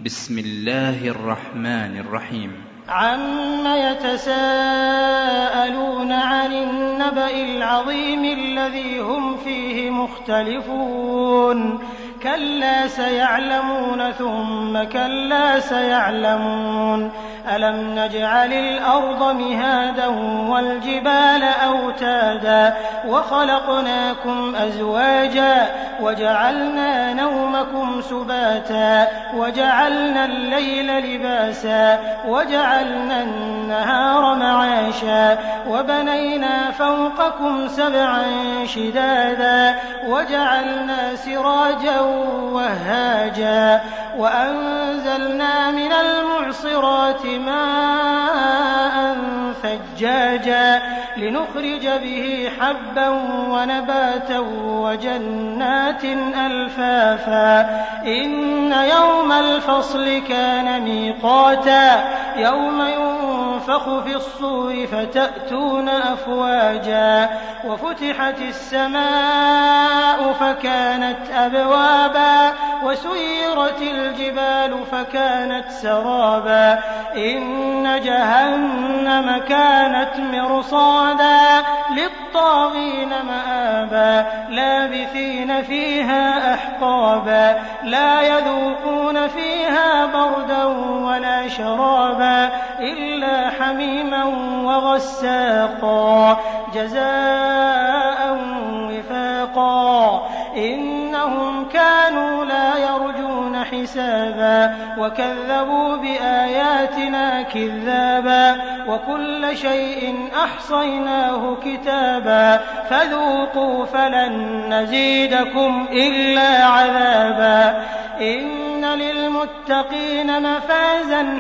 بسم الله الرحمن الرحيم. عم يتساءلون عن النبأ العظيم الذي هم فيه مختلفون كلا سيعلمون ثم كلا سيعلمون ألم نجعل الأرض مهادا والجبال أوتادا وخلقناكم أزواجا وجعلنا نومكم سباتا وجعلنا الليل لباسا وجعلنا النهار معاشا وبنينا فوقكم سبعا شدادا وجعلنا سراجا وهاجا وأنزلنا من المعصرات ماء ثجاجا لنخرج به حبا ونباتا وجنات ألفافا إن يوم الفصل كان ميقاتا يوم ينفخ في الصور فتأتون أفواجا وفتحت السماء فكانت أبوابا وسيرت الجبال فكانت سرابا إن جهنم كانت مرصادا للطاغين مآبا لابثين فيها أحقابا لا يذوقون فيها بردا ولا شرابا إلا حميما وغساقا جزاء وفاقا إنهم كانوا لا يرجون حسابا وكذبوا بآياتنا كذابا وكل شيء أحصيناه كتابا فذوقوا فلن نزيدكم إلا عذابا إن للمتقين مفازا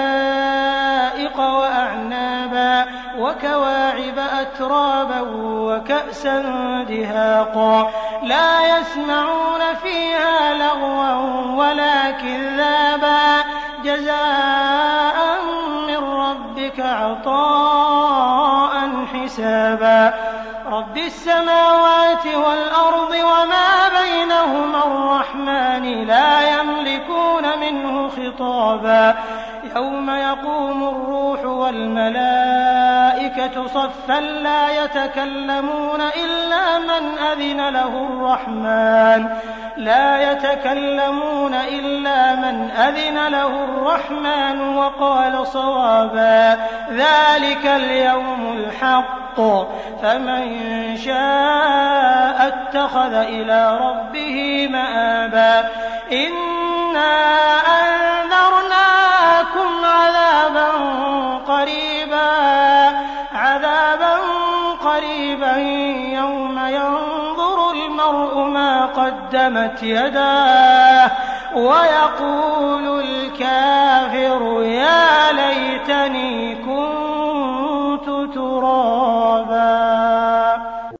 حدائق وأعنابا وكواعب أترابا وكأسا دهاقا لا يسمعون فيها لغوا ولا كذابا جزاء من ربك عطاء حسابا رب السماوات والأرض وما بينهما الرحمن لا يملكون منه خطابا يوم يقوم الروح والملائكة صفا لا يتكلمون إلا من أذن له الرحمن وقال صوابا ذلك اليوم الحق فمن شاء اتخذ إلى ربه مآبا إنا أنذرناكم عذابا قريبا يوم ينظر المرء ما قدمت يداه ويقول الكافر يا ليتني كنت ترابا.